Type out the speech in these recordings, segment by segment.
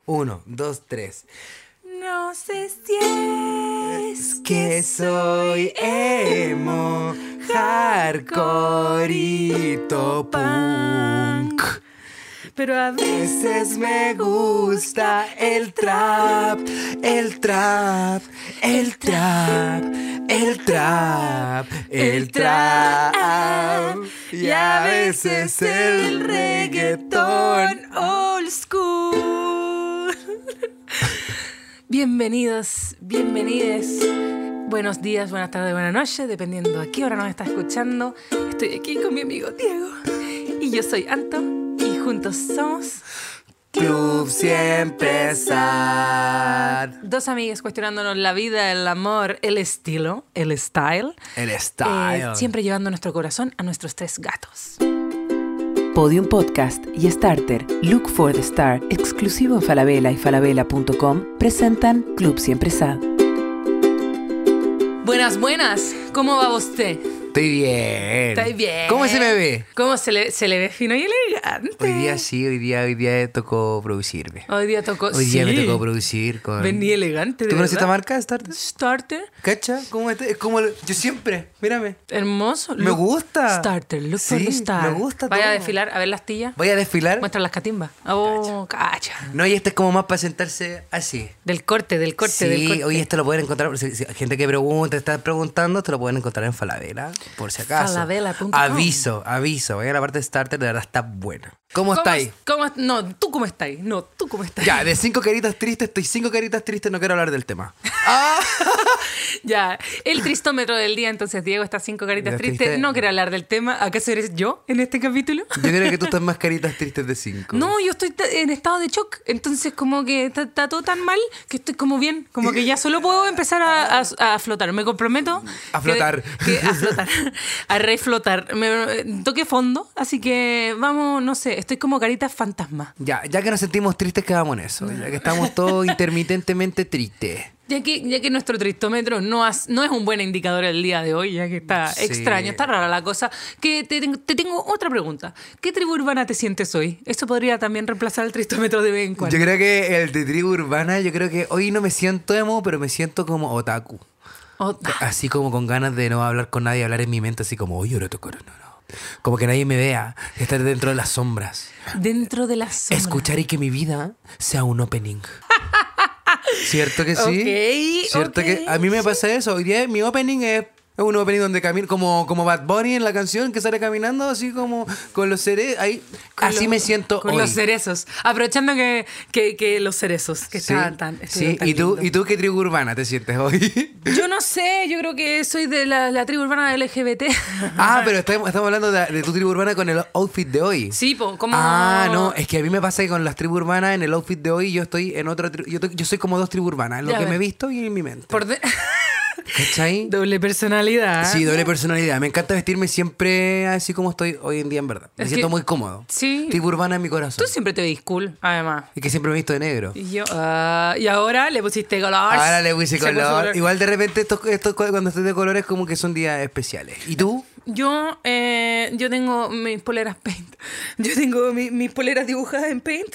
1, 2, 3. No sé si es que soy emo, hardcoreito punk. Pero a Veces me gusta el trap, el trap, el trap, el trap, el trap. Y a veces el reggaetón old school. Bienvenidos, bienvenides. Buenos días, buenas tardes, buenas noches, dependiendo a qué hora nos está escuchando. Estoy aquí con mi amigo Diego. Y yo soy Anto. Y juntos somos Club Siempre Sad. Dos amigas cuestionándonos la vida, el amor, el estilo, el style. El style. Siempre llevando nuestro corazón a nuestros tres gatos. Podium Podcast y Starter, Look for the Star, exclusivo en Falabella y falabella.com, presentan Club Siempre Sad. Buenas, buenas. ¿Cómo va usted? Estoy bien. Estoy bien. ¿Cómo se me ve? ¿Cómo se le ve fino y elegante? Hoy día sí, hoy día tocó producirme. Hoy día tocó, Hoy día sí. me tocó producir con... Vení elegante, de ¿Tú conoces esta verdad. marca, Starter? Starter. ¿Cacha? ¿Cómo es? Es como... Yo siempre, mírame. Hermoso. Me gusta. Starter, look for Sí, the star. me gusta Vaya a todo. desfilar, a ver las tillas. Voy a desfilar. Muestra las catimbas. Oh, cacha. No, y este es como más para sentarse así. Del corte, del corte. Sí, oye, esto lo pueden encontrar. Si gente que pregunta, está preguntando, esto lo pueden encontrar en Falabella, por si acaso. Falabella.com. Aviso. Vayan a la parte de Starter, de verdad está buena. ¿Cómo estáis? No, ¿tú cómo estáis? No, ¿tú cómo estás? Ya, de 5 caritas tristes, estoy 5 caritas tristes, no quiero hablar del tema. Ya, el tristómetro del día, entonces Diego está 5 caritas Mira, tristes. triste. No quiere hablar del tema. ¿Acaso eres yo en este capítulo? Yo creo que tú estás más caritas tristes de 5. No, yo estoy en estado de shock. Entonces como que está todo tan mal que estoy como bien. Como que ya solo puedo empezar a flotar. Me comprometo. A flotar. A flotar. A reflotar. Me toqué fondo, así que vamos, no sé, estoy como caritas fantasma. Ya que nos sentimos tristes, quedamos en eso. Ya que estamos todos intermitentemente tristes. Ya que nuestro tristómetro no es un buen indicador el día de hoy, ya que está Sí. extraño, está rara la cosa. Que te tengo otra pregunta. ¿Qué tribu urbana te sientes hoy? Eso podría también reemplazar el tristómetro de vez en cuando. Yo creo que el de tribu urbana, yo creo que hoy no me siento emo, pero me siento como otaku. Así como con ganas de no hablar con nadie, hablar en mi mente, así como, oye, no. Como que nadie me vea, estar dentro de las sombras. Dentro de las sombras. Escuchar y que mi vida sea un opening. ¿Cierto que sí? Ok, ¿Cierto ok. que a mí me pasa eso? Hoy día mi opening es un opening donde camino como Bad Bunny en la canción que sale caminando así como con los cerezos. Así me siento con hoy. los cerezos. Aprovechando que los cerezos que Sí, estaban tan sí. tan ¿Y tú lindos. qué tribu urbana te sientes hoy? Yo no sé, yo creo que soy de la tribu urbana LGBT. Pero estamos hablando de tu tribu urbana con el outfit de hoy. Sí, como... No, es que a mí me pasa que con las tribus urbanas, en el outfit de hoy, yo estoy en otra tribu. Yo soy como dos tribus urbanas, en lo Ya que ves. me he visto y en mi mente. Por de- ¿Cachai? Doble personalidad. Sí, doble personalidad. Me encanta vestirme siempre así como estoy hoy en día, en verdad. Me Es siento que- muy cómodo. Sí. Tribu urbana en mi corazón. Tú siempre te ves cool, además. Y que siempre me he visto de negro. Y yo, y ahora le pusiste color. Ahora le puse Se puso color. Igual de repente estos cuando estoy de colores como que son días especiales. ¿Y tú? Yo tengo mis poleras paint. Yo tengo mis poleras dibujadas en paint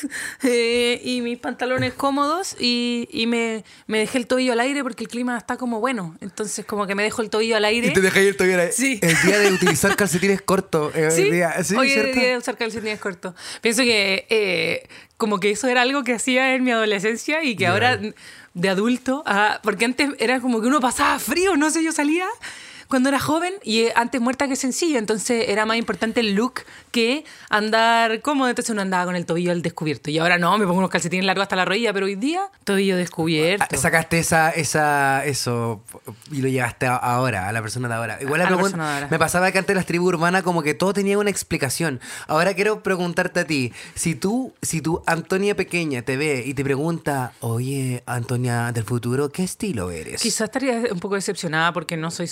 y mis pantalones cómodos y me dejé el tobillo al aire porque el clima está como bueno. Entonces como que me dejo el tobillo al aire. Y te dejáis el tobillo ahí. Sí. El día de utilizar calcetines cortos. Sí, ¿Sí? hoy es ¿cierto? día de usar calcetines cortos. Pienso que como que eso era algo que hacía en mi adolescencia y que Ya. ahora de adulto, porque antes era como que uno pasaba frío, no sé, yo salía cuando era joven y antes muerta que sencilla, entonces era más importante el look que andar cómodo, entonces uno andaba con el tobillo al descubierto y ahora no, me pongo unos calcetines largos hasta la rodilla, pero hoy día tobillo descubierto. Sacaste eso y lo llevaste ahora, a la persona de ahora. Igual A la pregunta- persona de ahora. me pasaba que antes las tribus urbanas como que todo tenía una explicación. Ahora quiero preguntarte a ti, si tú Antonia pequeña te ve y te pregunta, oye, Antonia del futuro, ¿qué estilo eres? Quizás estaría un poco decepcionada porque no soy suficientemente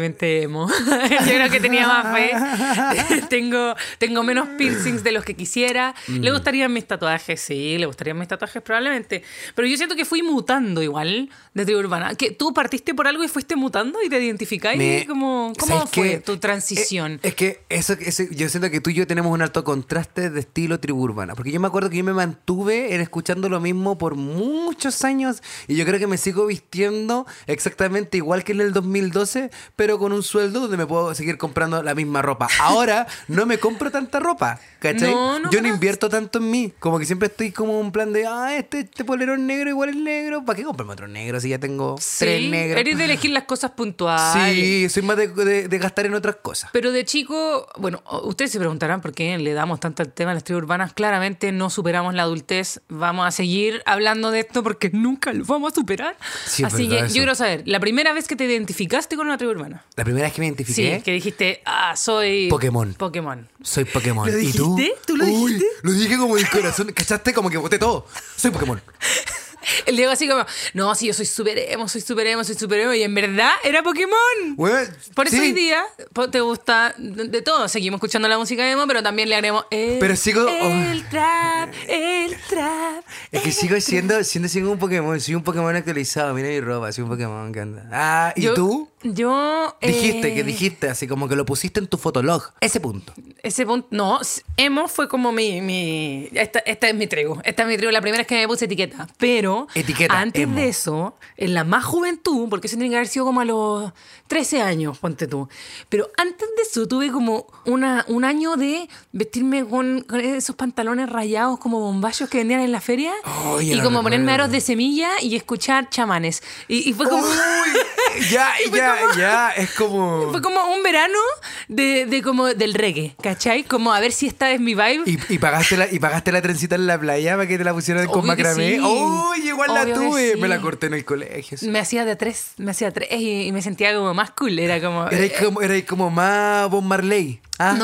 probablemente emo. Yo creo que tenía más fe. tengo menos piercings de los que quisiera. ¿Le gustarían mis tatuajes? Sí, le gustarían mis tatuajes probablemente. Pero yo siento que fui mutando igual de tribu urbana. ¿Que tú partiste por algo y fuiste mutando y te identificáis? ¿Cómo fue tu transición? Es que eso, yo siento que tú y yo tenemos un alto contraste de estilo tribu urbana. Porque yo me acuerdo que yo me mantuve en escuchando lo mismo por muchos años y yo creo que me sigo vistiendo exactamente igual que en el 2012, pero con un sueldo donde me puedo seguir comprando la misma ropa. Ahora no me compro tanta ropa, ¿cachai? Yo no invierto tanto en mí. Como que siempre estoy como un plan de, este polerón negro igual es negro. ¿Para qué comprarme otro negro si ya tengo 3 negros? Eres de elegir las cosas puntuales. Sí, soy más de gastar en otras cosas. Pero de chico, bueno, ustedes se preguntarán por qué le damos tanto al tema de las tribus urbanas. Claramente no superamos la adultez. Vamos a seguir hablando de esto porque nunca lo vamos a superar. Sí, así que yo quiero saber, la primera vez que te identificaste con una tribu urbana. La primera vez que me identifiqué. Sí, que dijiste, soy Pokémon. Soy Pokémon. ¿Lo dijiste? ¿Y tú? ¿Tú lo dijiste? Lo dije como del corazón. ¿Cachaste? Como que boté todo. Soy Pokémon. El Diego así como, no, sí, yo soy super emo. Y en verdad era Pokémon. Bueno, por eso hoy día te gusta de todo. Seguimos escuchando la música emo, pero también le haremos el trap. Es que sigo siendo un Pokémon. Soy un Pokémon actualizado. Mira mi ropa, soy un Pokémon que anda. ¿Y tú? Yo... dijiste, así como que lo pusiste en tu fotolog. Ese punto, no, emo fue como mi... Esta es mi tribu. La primera vez que me puse etiqueta. Pero antes emo. de eso, en la más juventud, porque eso tiene que haber sido como a los 13 años, ponte tú. Pero antes de eso tuve como un año de vestirme con esos pantalones rayados como bombayos que vendían en la feria. Y como ponerme aros de semilla y escuchar chamanes. Y fue como... es como... Fue como un verano como del reggae, ¿cachai? Como a ver si esta es mi vibe. ¿Y pagaste la trencita en la playa para que te la pusieran con macramé? Sí. ¡Uy, igual la tuve! Sí. Me la corté en el colegio. Sí. Me hacía de tres y me sentía como más cool. Era como... Era como más Bob Marley.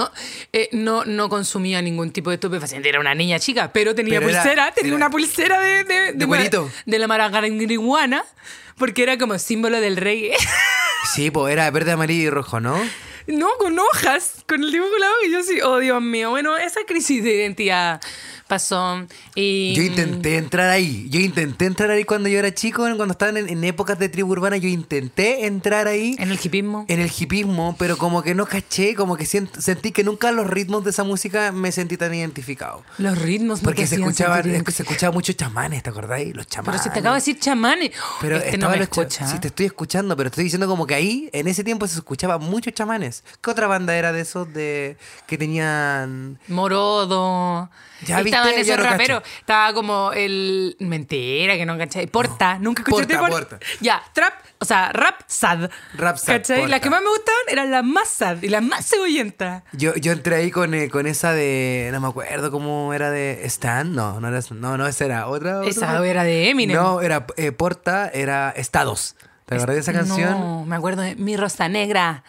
No consumía ningún tipo de estupefaciente. Era una niña chica, pero tenía una pulsera de cuerito. De la maragariguana, porque era como símbolo del reggae. Sí, pues era verde, amarillo y rojo, ¿no? No, con hojas, con el dibujo lado. Y yo así, oh Dios mío. Bueno, esa crisis de identidad pasó. Y... Yo intenté entrar ahí cuando yo era chico, cuando estaban en épocas de tribu urbana. Yo intenté entrar ahí. ¿En el hipismo? En el hipismo, pero como que no caché, como que sentí que nunca los ritmos de esa música me sentí tan identificado. Los ritmos, porque se escuchaba mucho chamanes, ¿te acordáis? Los chamanes. Pero si te acabo de decir chamanes. Pero no me escucha. Sí, te estoy escuchando, pero estoy diciendo como que ahí, en ese tiempo, se escuchaba mucho chamanes. ¿Qué otra banda era de esos que tenían... Morodo? Ya viste, estaban esos raperos. Estaba como el... Mentira, que no cachai. Porta. Nunca escuchaste Porta. Ya, trap, o sea, rap sad. ¿Cachai? Porta. Las que más me gustaban eran las más sad y las más cebollentas. Yo entré ahí con esa de... No me acuerdo cómo era de... Stan. No era... No, esa era otra. Esa era de Eminem. No, era Porta, era Estados. ¿Te acuerdas de esa canción? No, me acuerdo de Mi Rosa Negra.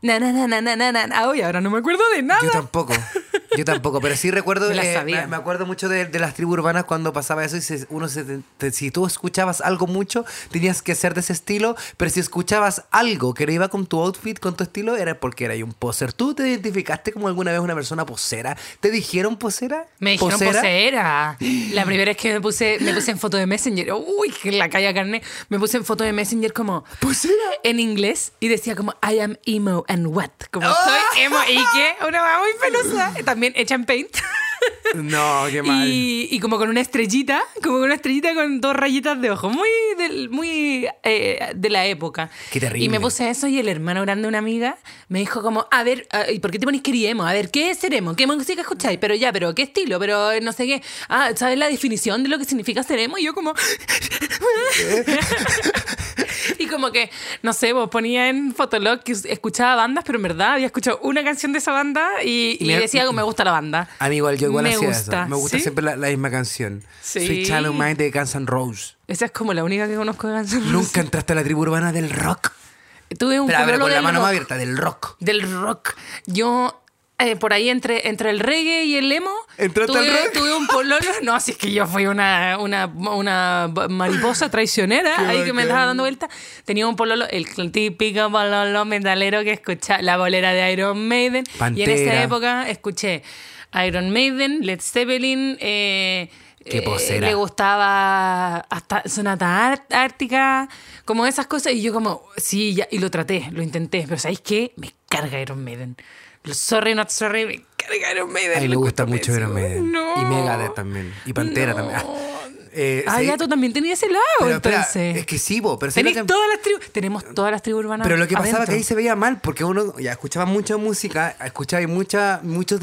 Ay, ahora no me acuerdo de nada. Yo tampoco, pero sí recuerdo, me me acuerdo mucho de las tribus urbanas cuando pasaba eso y si tú escuchabas algo mucho, tenías que ser de ese estilo, pero si escuchabas algo que no iba con tu outfit, con tu estilo, era porque eras un poser. ¿Tú te identificaste como alguna vez una persona posera? ¿Te dijeron posera? Me dijeron posera. La primera vez que me puse en foto de Messenger, uy, que la calle carne, me puse en foto de Messenger como... ¿Posera? En inglés y decía como I am emo and what, como soy emo y que una va muy pelosa, también hecha en paint. No, qué mal. Y como con una estrellita con 2 rayitas de ojo, muy de la época. Qué terrible. Y me puse eso y el hermano grande de una amiga me dijo como, a ver, ¿y por qué te ponís que eres emo? A ver, ¿qué es ser emo? ¿Qué música escucháis? Pero ¿qué estilo? Pero no sé qué. ¿Sabes la definición de lo que significa ser emo? Y yo como... Y como que, no sé, vos ponía en Fotolog que escuchaba bandas, pero en verdad había escuchado una canción de esa banda y decía que me gusta la banda. A mí igual, yo igual hacía eso. Me gusta ¿sí? siempre la misma canción. Sí. Sweet Child of Mine de Guns N' Roses. Esa es como la única que conozco de Guns N' Roses. ¿Nunca entraste a la tribu urbana del rock? Tuve un pero con la mano rock. más abierta, del rock. Del rock. Yo por ahí entre el reggae y el emo. ¿Entraste al rock? Tuve un pololo. No, así es que yo fui una mariposa traicionera ahí que me estaba dando vuelta. Tenía un pololo, el típico pololo metalero que escuchaba la bolera de Iron Maiden. Pantera. Y en esa época escuché Iron Maiden, Led Zeppelin, Qué posera. le gustaba hasta Sonata Ártica, como esas cosas. Y yo como, sí, ya, y lo traté, lo intenté. Pero ¿sabéis qué? Me carga Iron Maiden. Sorry, not sorry, me carga Iron Maiden. A mí me gusta mucho Iron Maiden. No. Y Megadeth también. Y Pantera también. Sí. Ya tú también tenías ese lado, pero, espera, entonces. es que sí, vos. Pero Tenéis todas las tribus. Tenemos todas las tribus urbanas. Pero lo que pasaba adentro. que ahí se veía mal, porque uno ya escuchaba mucha música, escuchaba muchos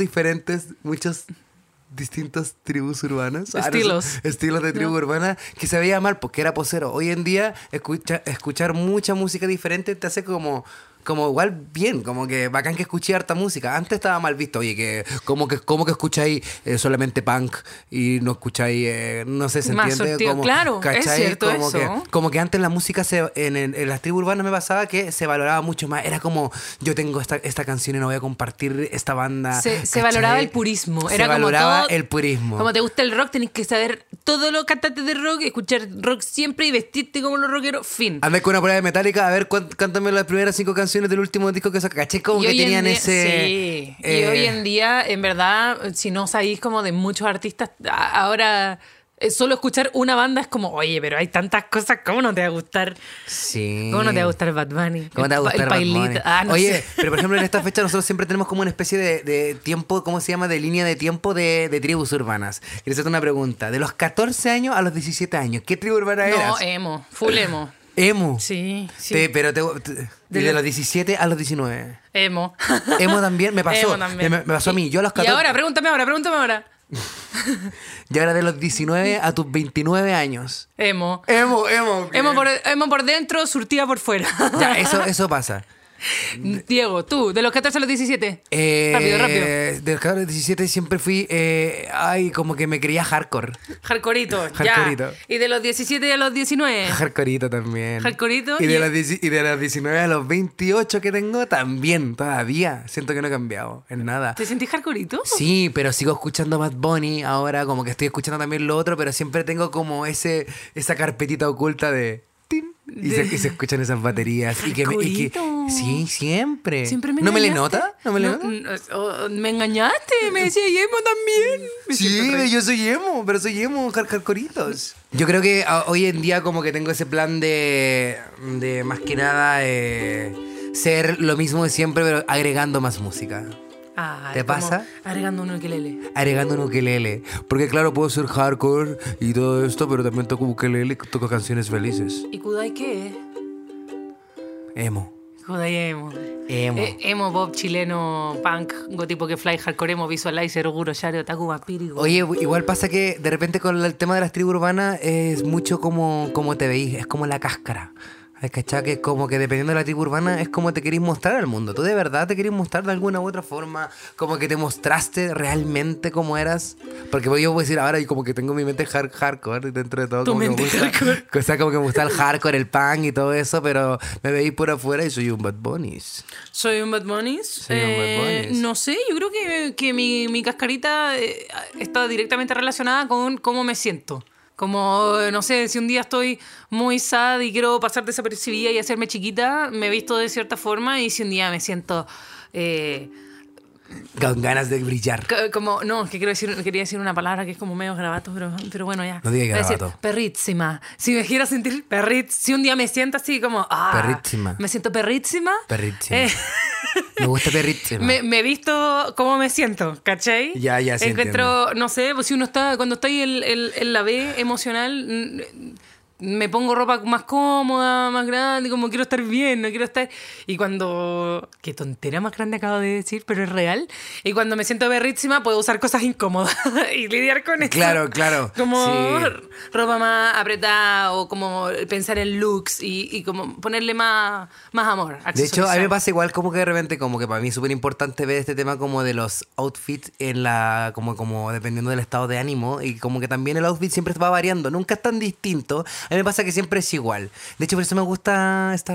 distintas tribus urbanas. Estilos de tribu urbana que se veía mal porque era posero. Hoy en día escuchar mucha música diferente te hace como igual bien, como que bacán que escuché harta música. Antes estaba mal visto, oye, que como que escucháis solamente punk y no escucháis, no sé, ¿se más entiende? sortido. Como, Claro, ¿cachai? es cierto como eso. como que antes la música en las tribus urbanas me pasaba que se valoraba mucho más. Era como, yo tengo esta canción y no voy a compartir esta banda. Se valoraba el purismo. Se Era como valoraba todo, el purismo. Como te gusta el rock, tenés que saber todo lo cantantes de rock, escuchar rock siempre y vestirte como los rockeros. Fin. Andé con una prueba de Metallica, a ver, cántame las primeras 5 canciones del último disco que saca. ¿Caché? Como Y que hoy en tenían día- ese... Sí. Y hoy en día, en verdad, si no sabéis como de muchos artistas, ahora solo escuchar una banda es como, oye, pero hay tantas cosas, ¿cómo no te va a gustar? Sí. ¿Cómo no te va a gustar Bad Bunny? ¿Cómo te va a gustar el Bad Pailita. Bunny? No Oye, sé. pero por ejemplo en esta fecha nosotros siempre tenemos como una especie de tiempo, ¿cómo se llama? De línea de tiempo de tribus urbanas. Quiero hacerte una pregunta. De los 14 años a los 17 años, ¿qué tribu urbana eras? No, emo, full emo. Emo. Sí, sí. Y de los 17 a los 19. Emo. Emo también, me pasó. Emo también. Me pasó a mí. Yo a los Y 14. ahora, pregúntame ahora. Yo era de los 19 a tus 29 años. Emo. Emo. Emo por dentro, surtida por fuera. Ya, eso pasa. Diego, tú, de los 14 a los 17. Rápido. De los 14 a los 17 siempre fui, como que me creía hardcore. Hardcoreito, Hardcoreito. ya. Y de los 17 a los 19. Hardcoreito también. Hardcoreito. Y de los 19 a los 28 que tengo también, todavía. Siento que no he cambiado en nada. ¿Te sentís hardcoreito? Sí, pero sigo escuchando Bad Bunny ahora, como que estoy escuchando también lo otro, pero siempre tengo como esa carpetita oculta de... tin, y se escuchan esas baterías. Hardcoreito. Sí, siempre. Siempre ¿No me le nota? ¿No me le nota? Me engañaste, me decía y emo también. Me siento Sí, re- yo soy emo, pero soy emo, hardcoreitos. Yo creo que hoy en día como que tengo ese plan de más que nada ser lo mismo de siempre, pero agregando más música. ¿Te como pasa? Agregando un ukelele. Agregando un ukelele. Porque claro, puedo ser hardcore y todo esto, pero también toco ukelele y toco canciones felices. ¿Y Kudai qué es? Emo. Kudai emo. Emo. Emo, pop, chileno, punk, tipo que fly, hardcore, emo, visualizer, guro, share, otaku, vampírico. Oye, igual pasa que de repente con el tema de las tribus urbanas es mucho como te veís, es como la cáscara. ¿Has cachado? Que como que dependiendo de la tribu urbana es como te querís mostrar al mundo. ¿Tú de verdad te querís mostrar de alguna u otra forma? Como que te mostraste realmente como eras. Porque yo puedo decir ahora y como que tengo mi mente hardcore dentro de todo. Tu como que mente me gusta, hardcore. O sea, como que me gusta el hardcore, el punk y todo eso, pero me veis por afuera y soy un Bad Bunny. ¿Soy un Bad Bunny? Soy un Bad Bunny. No sé, yo creo que mi cascarita está directamente relacionada con cómo me siento. Como, no sé, si un día estoy muy sad y quiero pasar desapercibida y hacerme chiquita, me visto de cierta forma, y si un día me siento... Con ganas de brillar. Como, no, que quería decir una palabra que es como medio garabato, pero bueno, ya. No diga Voy a decir garabato. perrísima. Si me quiero sentir si un día me siento así como, Perrísima. me siento perrísima. Perrísima. eh, Me gusta perrísima. me he visto cómo me siento, ¿cachai? Ya, sí Encuentro, no sé, pues si uno está, cuando estoy en la B emocional, me pongo ropa más cómoda, más grande, como quiero estar bien, no quiero estar... Y cuando... Qué tontera más grande acabo de decir, pero es real. Y cuando me siento berrísima, puedo usar cosas incómodas y lidiar con eso. Claro. Como Sí. ropa más apretada, o como pensar en looks y como ponerle más amor. De hecho, a mí me accesorializar. pasa igual como que de repente, como que para mí es súper importante ver este tema como de los outfits como dependiendo del estado de ánimo, y como que también el outfit siempre va variando, nunca es tan distinto. A mí me pasa que siempre es igual. De hecho, por eso me gusta Starter.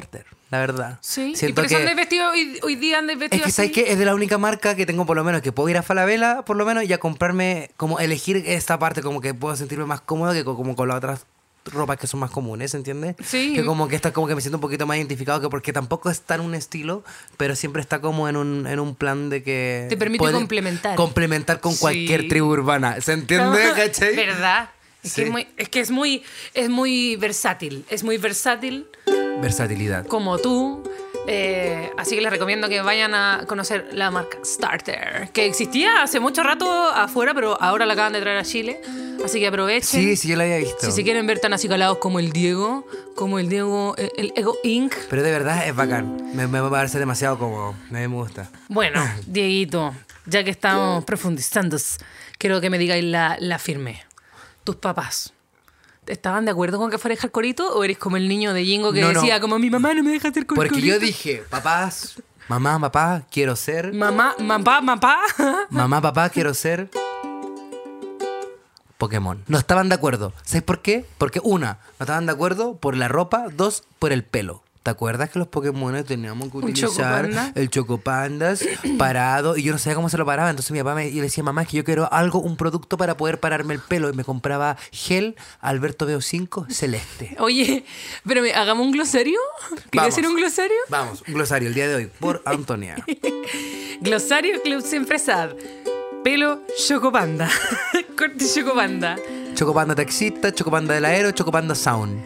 la verdad. Sí, Siento ¿y por qué que andas vestido hoy día andas vestido es que, ¿sabes así? qué? Es de la única marca que tengo, por lo menos, que puedo ir a Falabella, por lo menos, y a comprarme, como elegir esta parte, como que puedo sentirme más cómodo que como con las otras ropas que son más comunes, ¿entiendes? Sí. Que como que esta como que me siento un poquito más identificado, que porque tampoco está en un estilo, pero siempre está como en un plan de que... Te permite puede complementar. Complementar con Sí. cualquier tribu urbana, ¿se entiende? ¿Cachai? ¿Verdad? Es Sí. que es muy versátil. Es muy versátil Versatilidad. como tú. Así que les recomiendo que vayan a conocer la marca Starter, que existía hace mucho rato afuera, pero ahora la acaban de traer a Chile. Así que aprovechen. Sí, yo la había visto. Si se quieren ver tan acicalados como el Diego, el Ego Inc. Pero de verdad es bacán. Me parece demasiado cómodo. A mí me gusta. Bueno, Dieguito, ya que estamos profundizando, quiero que me digáis la firme. Tus papás, ¿estaban de acuerdo con que fueras hardcoreito o eres como el niño de Jingo que No, no. decía como mi mamá no me deja hacer hardcoreito? Porque yo dije, papás, mamá, papá, quiero ser... Mamá. Mamá, papá, quiero ser... Pokémon. No estaban de acuerdo. ¿Sabes por qué? Porque una, no estaban de acuerdo por la ropa, dos, por el pelo. ¿Te acuerdas que los Pokémon teníamos que utilizar Chocopanda? el Chocopandas parado? Y yo no sabía cómo se lo paraba. Entonces mi papá yo le decía, mamá, es que yo quiero un producto para poder pararme el pelo. Y me compraba gel Alberto Veo 5 celeste. Oye, pero hagamos un glosario. ¿Quieres Vamos. hacer un glosario? Vamos, un glosario el día de hoy por Antonia. Glosario Club Siempre Sad. Pelo Chocopanda. Corte Chocopanda. Chocopanda taxista, Chocopanda del aero, Chocopanda sound.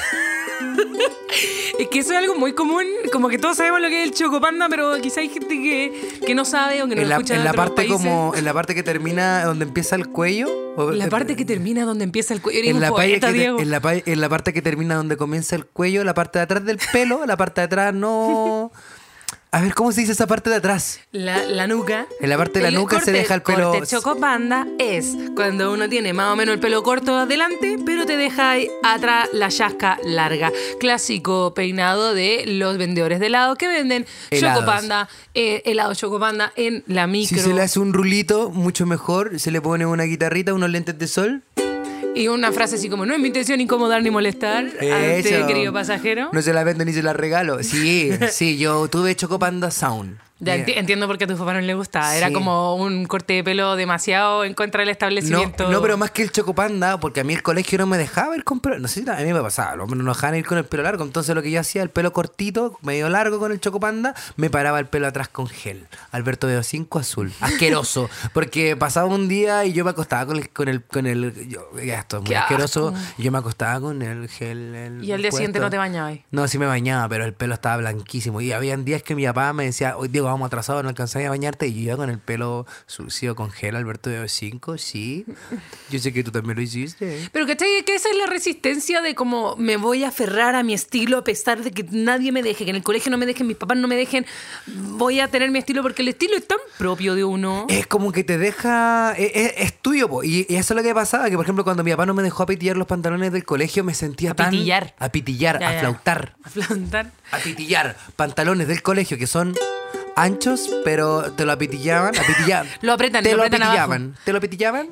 Es que eso es algo muy común, como que todos sabemos lo que es el chocopanda, pero quizá hay gente que no sabe o que no En lo la, escucha en en la otros parte países. como en la parte que termina donde empieza el cuello. La parte que termina donde empieza el cuello. Eres En un la, poeta, Diego. en la parte que termina donde comienza el cuello, la parte de atrás del pelo, la parte de atrás no. A ver, ¿cómo se dice esa parte de atrás? La nuca. En la parte de la nuca se deja el pelo. Corte chocopanda es cuando uno tiene más o menos el pelo corto adelante, pero te deja ahí atrás la yasca larga. Clásico peinado de los vendedores de helado que venden Helados. chocopanda, helado chocopanda en la micro. Si se le hace un rulito, mucho mejor. Se le pone una guitarrita, unos lentes de sol. Y una frase así como, no es mi intención incomodar ni molestar ante Eso. querido pasajero. No se la vendo ni se la regalo. Sí, yo tuve Chocopanda Sound. Ya Yeah. entiendo por qué a tu papá no le gustaba. Era Sí. como un corte de pelo demasiado en contra del establecimiento. No, pero más que el Chocopanda, porque a mí el colegio no me dejaba ir con pelo. No sé si a mí me pasaba, no nos dejaban ir con el pelo largo. Entonces lo que yo hacía, el pelo cortito, medio largo con el Chocopanda, me paraba el pelo atrás con gel. Alberto Veo 5 azul. Asqueroso. Porque pasaba un día y yo me acostaba con el ya esto es muy Qué asqueroso. asco. Y yo me acostaba con el gel. Y al día siguiente puesto. no te bañabas. No, sí me bañaba, pero el pelo estaba blanquísimo. Y habían días que mi papá me decía, hoy Diego, vamos atrasados, no alcanzás a bañarte. Y yo iba con el pelo sucio, con gel, Alberto de 5, sí. Yo sé que tú también lo hiciste. Pero ¿cachai? Que esa es la resistencia de como me voy a aferrar a mi estilo a pesar de que nadie me deje, que en el colegio no me dejen, mis papás no me dejen. Voy a tener mi estilo porque el estilo es tan propio de uno. Es como que te deja... Es tuyo, po. Y eso es lo que pasaba, que por ejemplo cuando mi papá no me dejó apitillar los pantalones del colegio, me sentía Apitillar. tan... Apitillar, Ya, a ya. flautar. A flautar. Apitillar. Pantalones del colegio que son... anchos, pero te lo apitillaban. Lo apretan, te lo lo apretan apitillaban. Te lo apitillaban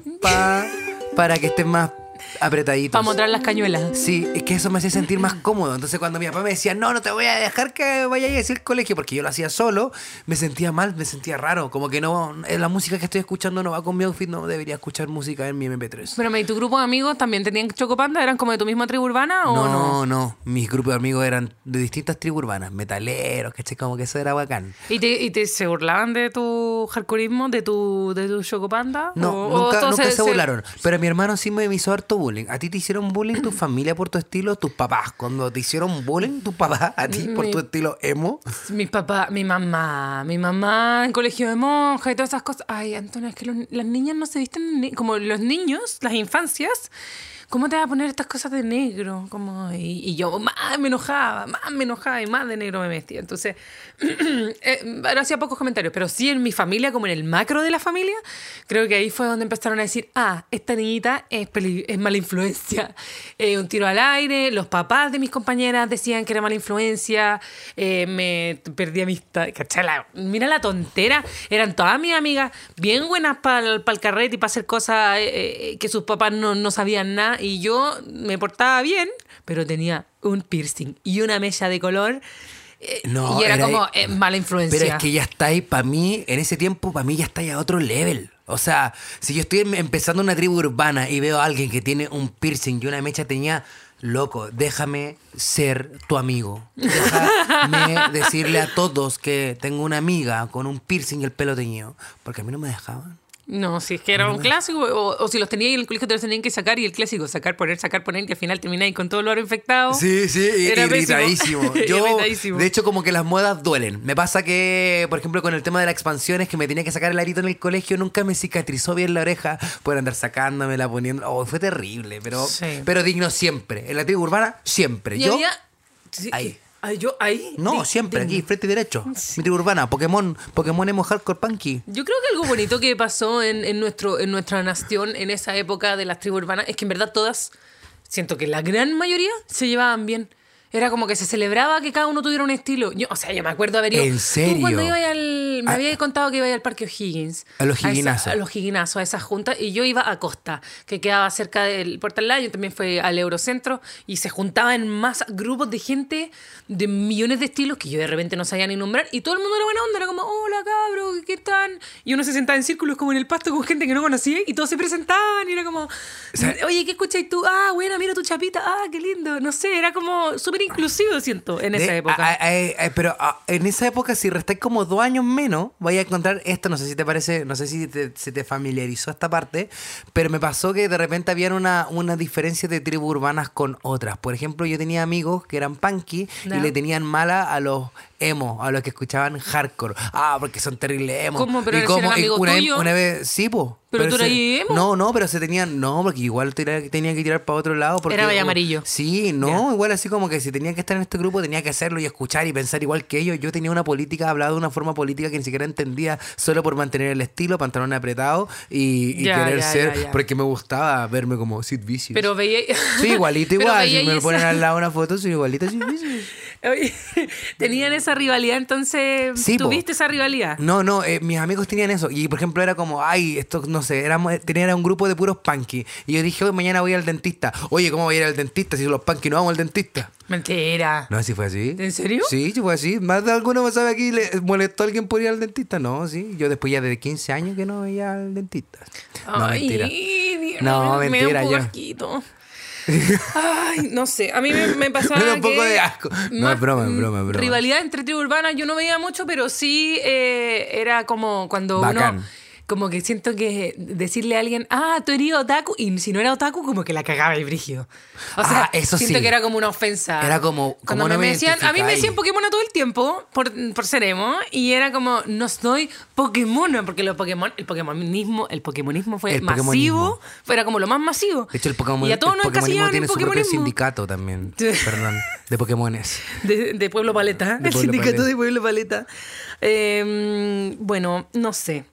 para que estés más apretaditos. Para mostrar las cañuelas. Sí, es que eso me hacía sentir más cómodo. Entonces cuando mi papá me decía, no te voy a dejar que vayas a decir colegio, porque yo lo hacía solo, me sentía mal, me sentía raro. Como que no, la música que estoy escuchando no va con mi outfit, no debería escuchar música en mi MP3. Pero ¿y tu grupo de amigos también tenían chocopanda? ¿Eran como de tu misma tribu urbana o no? No, mis grupos de amigos eran de distintas tribus urbanas, metaleros, ¿cachai? Como que eso era bacán. ¿Y te se burlaban de tu hardcoreismo, de tu chocopanda? No, ¿O nunca todos se burlaron. Pero mi hermano sí me hizo harto bullying. ¿A ti te hicieron bullying tu familia por tu estilo? ¿Tus papás? Cuando te hicieron bullying tus papás a ti por tu estilo emo. Mi papá, mi mamá en colegio de monja y todas esas cosas. Ay, Antonio, es que las niñas no se visten como los niños, las infancias. ¿Cómo te vas a poner estas cosas de negro? Como, y yo más me enojaba y más de negro me vestía. Entonces, ahora hacía pocos comentarios, pero sí en mi familia, como en el macro de la familia, creo que ahí fue donde empezaron a decir, esta niñita es mala influencia. Un tiro al aire, los papás de mis compañeras decían que era mala influencia, me perdí amistad. ¿Cachai? Mira la tontera, eran todas mis amigas bien buenas para el carrete y para hacer cosas que sus papás no sabían nada. Y yo me portaba bien, pero tenía un piercing y una mecha de color No, y era como mala influencia. Pero es que ya está ahí, para mí, en ese tiempo, para mí ya está ahí a otro level. O sea, si yo estoy empezando una tribu urbana y veo a alguien que tiene un piercing y una mecha teñida, loco, déjame ser tu amigo. Déjame decirle a todos que tengo una amiga con un piercing y el pelo teñido. Porque a mí no me dejaban. No, si es que era un clásico, o si los tenías en el colegio te los tenían que sacar, y el clásico, sacar, poner, que al final termináis con todo el oro infectado. Sí, Era irritadísimo. Yo, irritadísimo. de hecho, como que las modas duelen. Me pasa que, por ejemplo, con el tema de las expansiones, que me tenía que sacar el arito en el colegio, nunca me cicatrizó bien la oreja por andar sacándomela, poniendo... Oh, fue terrible, pero digno siempre. En la tribu urbana, siempre. Y yo, había... ahí. ¿Yo ahí? No, siempre, aquí, frente y derecho. Sí. Mi tribu urbana, Pokémon emo hardcore punky. Yo creo que algo bonito que pasó en nuestra nación en esa época de las tribus urbanas es que en verdad todas, siento que la gran mayoría se llevaban bien. Era como que se celebraba que cada uno tuviera un estilo. Yo me acuerdo haber ido... ¿En serio? Tú cuando ibas me habías contado que ibas al Parque O'Higgins. A los Higginazos. A los Higginazos, a esa junta. Y yo iba a Costa, que quedaba cerca del Puerto al lado. Yo también fui al Eurocentro. Y se juntaban más grupos de gente de millones de estilos que yo de repente no sabía ni nombrar. Y todo el mundo era buena onda. Era como, hola, cabros, ¿qué tal? Y uno se sentaba en círculos como en el pasto con gente que no conocía. Y todos se presentaban. Y era como, oye, ¿qué escuchas tú? Ah, buena, mira tu chapita. Ah, qué lindo. No sé, era como súper inclusivo, siento, en esa época. Pero en esa época, si restáis como 2 años menos, vais a encontrar esto. No sé si te parece, no sé si se te familiarizó esta parte, pero me pasó que de repente había una diferencia de tribus urbanas con otras. Por ejemplo, yo tenía amigos que eran punky y le tenían mala a los emo, a los que escuchaban hardcore. Ah, porque son terribles emo. ¿Cómo? ¿Pero eran amigos tuyos? Una vez, sí, po. ¿Pero tú eras emo? No, pero se tenían... No, porque igual tenía que tirar para otro lado. Porque, era Valle Amarillo. Sí, no, igual así como que si tenía que estar en este grupo tenía que hacerlo y escuchar y pensar igual que ellos. Yo tenía una política, hablaba de una forma política que ni siquiera entendía, solo por mantener el estilo, pantalón apretado y querer ser... Porque me gustaba verme como Sid Vicious. Pero veía... Sí, igualito igual. Si me ponen al lado una foto, soy igualito a Sid Vicious. Tenían esa rivalidad, entonces sí, ¿tuviste esa rivalidad? No, mis amigos tenían eso. Y por ejemplo era como, ay, esto no sé, era un grupo de puros punky. Y yo dije, hoy mañana voy al dentista. Oye, ¿cómo voy a ir al dentista si los punky no vamos al dentista? Mentira. No, ¿sí fue así? ¿En serio? Sí, fue así. Más de alguno me sabe aquí, ¿le molestó a alguien por ir al dentista? No, sí. Yo después ya de 15 años que no iba al dentista. No, mentira. No, mentira. Me da un poco asquito. Ay, no sé, a mí me pasaba me da un poco de asco. No, es broma. Rivalidad entre tribus urbanas yo no veía mucho, pero sí era como cuando bacán. Uno... Como que siento que decirle a alguien, tú eres otaku, y si no era otaku, como que la cagaba el brígido. O sea, eso siento sí. que era como una ofensa. Era como cuando no me decían, a mí me decían Pokémon todo el tiempo por ser emo, y era como, no soy Pokémon, porque el Pokémonismo fue masivo, era como lo más masivo. De hecho, el Pokémon, y a todos nos Pokémonismo tiene su propio Pokémonismo. Sindicato también, perdón, de Pokémones. De Pueblo Paleta, el sindicato de Pueblo Paleta. Bueno, no sé.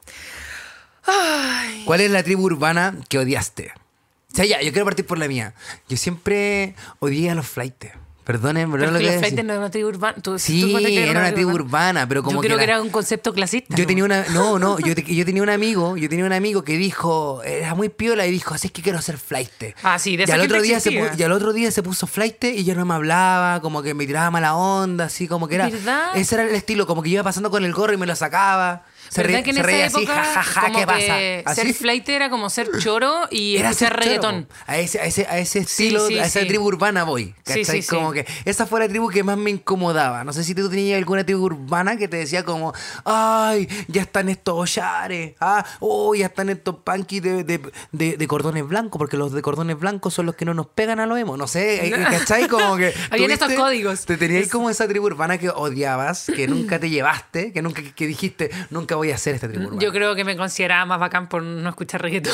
Ay. ¿Cuál es la tribu urbana que odiaste? O sea, yo quiero partir por la mía. Yo siempre odié a los flaites. Perdonen, pero los flaites no era una tribu urbana. Sí, era una tribu urbana, pero como yo creo que era un concepto clasista. Yo tenía yo tenía un amigo que dijo, era muy piola y dijo, así es que quiero ser flaite. Sí, de y al otro día se puso flaite y ya no me hablaba, como que me tiraba mala onda, así como que era. ¿Verdad? Ese era el estilo, como que yo iba pasando con el gorro y me lo sacaba. ¿Verdad que en esa época así, jajaja, ¿qué pasa? ¿Así? Ser flight era como ser choro y escuchar reggaetón? A ese estilo, a esa tribu urbana voy. ¿Cachai? Como que esa fue la tribu que más me incomodaba. No sé si tú tenías alguna tribu urbana que te decía como, ay, ya están estos ollares, ya están estos punky de cordones blancos, porque los de cordones blancos son los que no nos pegan a lo emo. No sé, ¿cachai? Como que habían estos códigos. Te tenías como esa tribu urbana que odiabas, que nunca te llevaste, que dijiste, nunca voy a hacer esta tribu urbana. Yo creo que me consideraba más bacán por no escuchar reggaetón.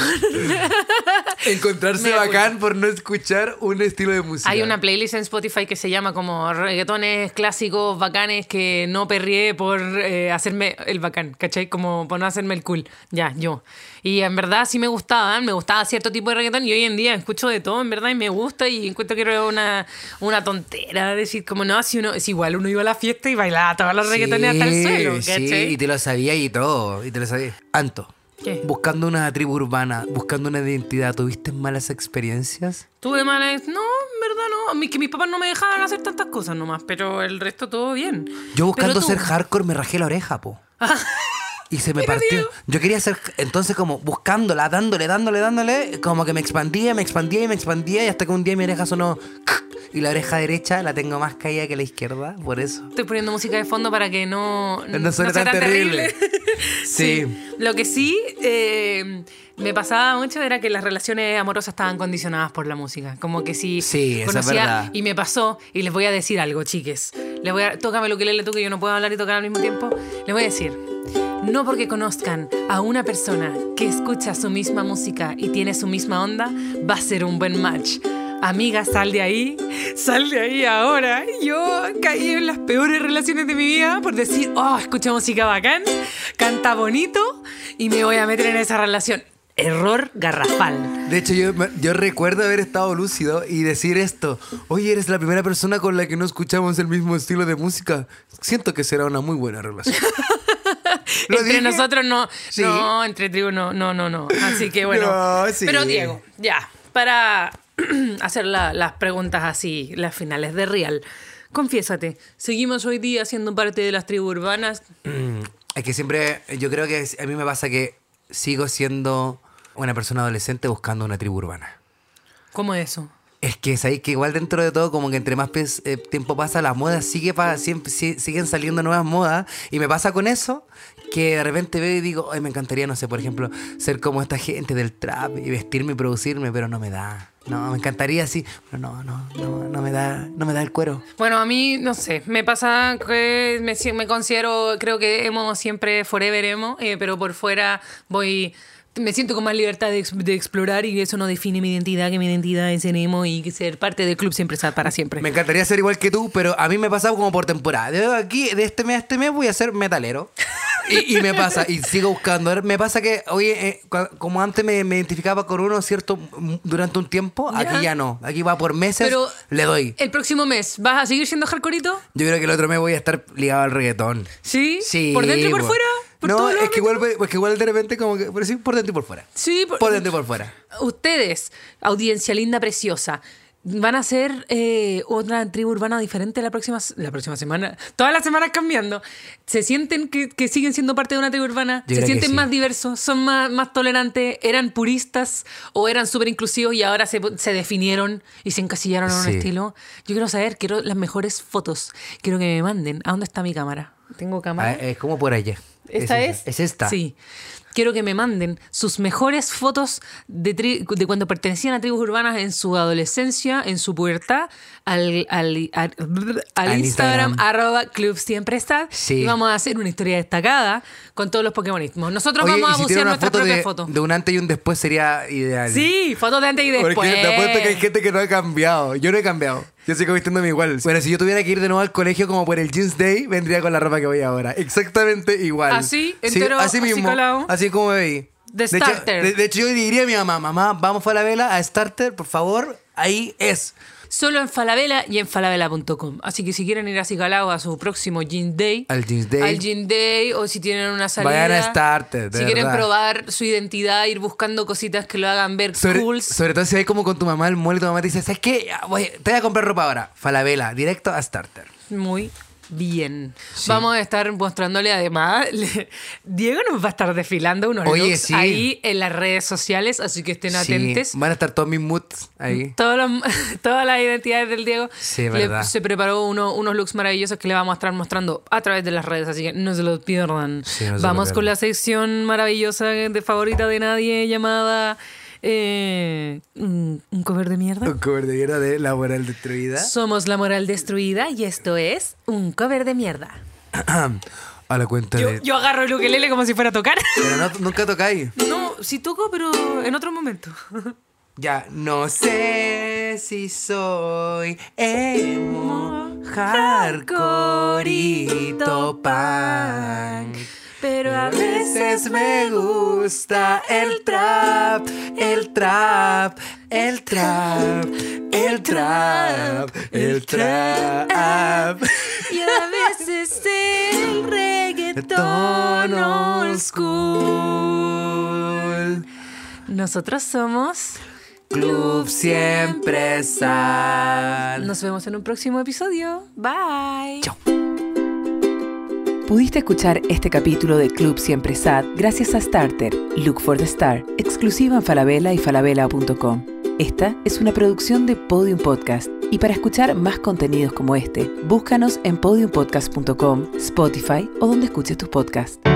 Encontrarse bacán por no escuchar un estilo de música. Hay una playlist en Spotify que se llama como reggaetones clásicos bacanes que no perrié por hacerme el bacán, ¿cachai? Como por no hacerme el cool. Ya, yo. Y en verdad sí me gustaba cierto tipo de reggaetón y hoy en día escucho de todo, en verdad, y me gusta y encuentro que era una tontera decir como no, si igual uno iba a la fiesta y bailaba todos los reggaetones hasta el suelo, ¿cachai? Sí, y te lo sabía y todo, y te lo sabía. Anto, ¿Qué? Buscando una tribu urbana, buscando una identidad. ¿Tuviste malas experiencias? Tuve malas... No, en verdad no. Que mis papás no me dejaban hacer tantas cosas nomás, pero el resto todo bien. Yo buscando Pero tú- ser hardcore me rajé la oreja, po. Y se me Mira, partió. Diego. Yo quería ser, entonces como buscándola, dándole, como que me expandía y hasta que un día mi oreja sonó y la oreja derecha la tengo más caída que la izquierda, por eso. Estoy poniendo música de fondo para que no suene sea tan terrible. Sí. Lo que sí me pasaba mucho era que las relaciones amorosas estaban condicionadas por la música. Como que si Sí, eso es verdad. y me pasó, y les voy a decir algo, chiques. Tócame lo que tú, que yo no puedo hablar y tocar al mismo tiempo. Les voy a decir, no porque conozcan a una persona que escucha su misma música y tiene su misma onda, va a ser un buen match. Amiga, sal de ahí ahora. Yo caí en las peores relaciones de mi vida por decir, escucha música bacán, canta bonito y me voy a meter en esa relación. Error garrafal. De hecho, yo recuerdo haber estado lúcido y decir esto. Oye, eres la primera persona con la que no escuchamos el mismo estilo de música. Siento que será una muy buena relación. ¿Lo Entre dije? nosotros no. Sí. No, entre tribu no. Así que bueno. No, sí. Pero Diego, ya, para hacer las preguntas así, las finales de Real. Confiésate, ¿seguimos hoy día siendo parte de las tribus urbanas? Es que siempre, yo creo que a mí me pasa que sigo siendo una persona adolescente buscando una tribu urbana. ¿Cómo es eso? Es que sabéis que igual dentro de todo, como que entre más tiempo pasa, las modas siguen saliendo nuevas modas. Y me pasa con eso, que de repente veo y digo, ay, me encantaría, no sé, por ejemplo, ser como esta gente del trap y vestirme y producirme, pero no me da. No, me encantaría así, pero no me da el cuero. Bueno, a mí, no sé, me pasa que me considero, creo que emo siempre, forever emo, pero por fuera me siento con más libertad de explorar y eso no define mi identidad, que mi identidad es ser emo y ser parte del club siempre está para siempre. Me encantaría ser igual que tú, pero a mí me pasa como por temporada. De este mes a este mes voy a ser metalero. Y me pasa, y sigo buscando. Me pasa que, oye, como antes me identificaba con uno cierto durante un tiempo, ¿Ya? aquí ya no. Aquí va por meses, Pero le doy. el próximo mes, ¿vas a seguir siendo hardcoreito? Yo creo que el otro mes voy a estar ligado al reggaetón. ¿Sí? Sí. ¿Por dentro y por po. fuera? ¿Por No, todos es lados? que igual de repente como que, pero sí, por dentro y por fuera. Sí, Por dentro y por fuera. Ustedes, audiencia linda, preciosa, van a ser otra tribu urbana diferente la próxima semana. Todas las semanas cambiando. ¿Se sienten que siguen siendo parte de una tribu urbana? Yo ¿Se creo que sienten sí. más diversos? ¿Son más tolerantes? ¿Eran puristas o eran súper inclusivos y ahora se definieron y se encasillaron en un Sí. estilo? Yo quiero saber, quiero las mejores fotos. Quiero que me manden. ¿A dónde está mi cámara? ¿Tengo cámara? Es como por allá. ¿Esta es? Es esta. Sí. Quiero que me manden sus mejores fotos de cuando pertenecían a tribus urbanas en su adolescencia, en su pubertad, al Instagram, @Club Siempre Está. Sí. Y vamos a hacer una historia destacada con todos los pokémonismos. Nosotros Oye, vamos a y si tiene bucear una nuestra foto propia de, foto. de un antes y un después sería ideal. Sí, fotos de antes y después. Porque te apuesto que hay gente que no ha cambiado. Yo no he cambiado. Yo sigo vistiéndome igual. Bueno, si yo tuviera que ir de nuevo al colegio como por el Jeans Day, vendría con la ropa que voy ahora. Exactamente igual. ¿Así? ¿Entero? Así ¿Así mismo. colado? Así como me vi. De Starter. De hecho, yo le diría a mi mamá, vamos a la vela, a Starter, por favor. Ahí es. Solo en Falabella y en falabella.com. Así que si quieren ir así calados a su próximo Jean Day. Al Jeans Day. O si tienen una salida. Vayan a Starter, de Si quieren verdad. probar su identidad, ir buscando cositas que lo hagan ver cool. Sobre todo si vais como con tu mamá al mall y tu mamá te dice, ¿sabes qué? Te voy a comprar ropa ahora. Falabella, directo a Starter. Muy bien. Sí. Vamos a estar mostrándole además. Diego nos va a estar desfilando unos Oye, looks sí. ahí en las redes sociales, así que estén Sí, atentos. van a estar todos mis moods ahí. Todas las identidades del Diego. Sí, verdad. Se preparó unos looks maravillosos que le vamos a estar mostrando a través de las redes, así que no se los pierdan. Sí, no se lo Vamos pierdan. con la sección maravillosa de favorita de nadie llamada un cover de mierda. Un cover de mierda de La Moral Destruida. Somos La Moral Destruida y esto es un cover de mierda. A la cuenta de... Yo agarro el ukelele como si fuera a tocar. Pero nunca tocáis. No, sí toco, pero en otro momento. Ya, no sé si soy emo, hardcoreito punk. Pero a A veces me gusta el trap, el trap, el trap, el trap, el trap. Y a veces el reggaetón old school. Nosotros somos Club Siempre Sad. Nos vemos en un próximo episodio. Bye. Chao. Pudiste escuchar este capítulo de Club Siempre Sad gracias a Starter, Look for the Star, exclusiva en Falabella y falabella.com. Esta es una producción de Podium Podcast. Y para escuchar más contenidos como este, búscanos en podiumpodcast.com, Spotify o donde escuches tus podcasts.